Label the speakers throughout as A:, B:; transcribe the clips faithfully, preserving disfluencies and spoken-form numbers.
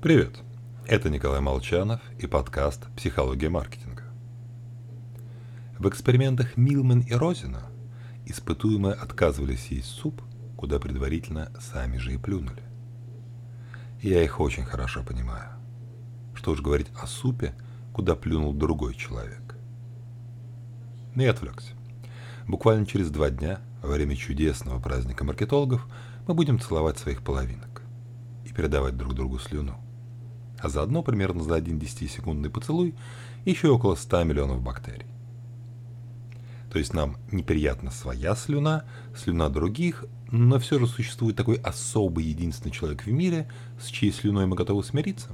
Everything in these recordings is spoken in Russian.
A: Привет, это Николай Молчанов и подкаст «Психология маркетинга». В экспериментах Милмен и Розина испытуемые отказывались есть суп, куда предварительно сами же и плюнули. Я их очень хорошо понимаю. Что уж говорить о супе, куда плюнул другой человек. Но я отвлекся. Буквально через два дня, во время чудесного праздника маркетологов, мы будем целовать своих половинок и передавать друг другу слюну. А заодно примерно за один десятисекундный поцелуй еще около ста миллионов бактерий. То есть нам неприятна своя слюна, слюна других, но все же существует такой особый единственный человек в мире, с чьей слюной мы готовы смириться.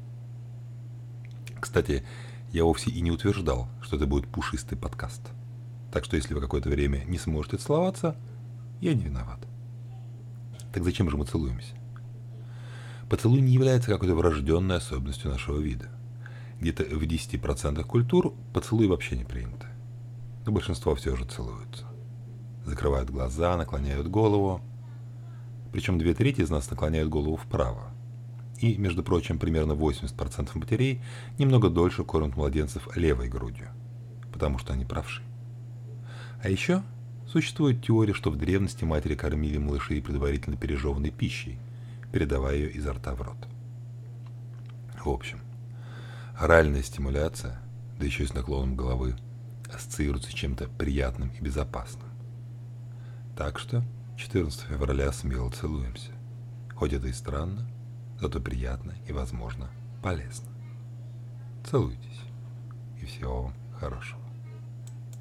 A: Кстати, я вовсе и не утверждал, что это будет пушистый подкаст. Так что если вы какое-то время не сможете целоваться, я не виноват. Так зачем же мы целуемся? Поцелуй не является какой-то врожденной особенностью нашего вида. Где-то в десяти процентах культур поцелуй вообще не принято. Но большинство все же целуются. Закрывают глаза, наклоняют голову. Причем две трети из нас наклоняют голову вправо. И, между прочим, примерно восемьдесят процентов матерей немного дольше кормят младенцев левой грудью, потому что они правши. А еще существует теория, что в древности матери кормили малышей предварительно пережеванной пищей, передавая ее изо рта в рот. В общем, оральная стимуляция, да еще и с наклоном головы, ассоциируется с чем-то приятным и безопасным. Так что четырнадцатого февраля смело целуемся. Хоть это и странно, зато приятно и, возможно, полезно. Целуйтесь. И всего вам хорошего.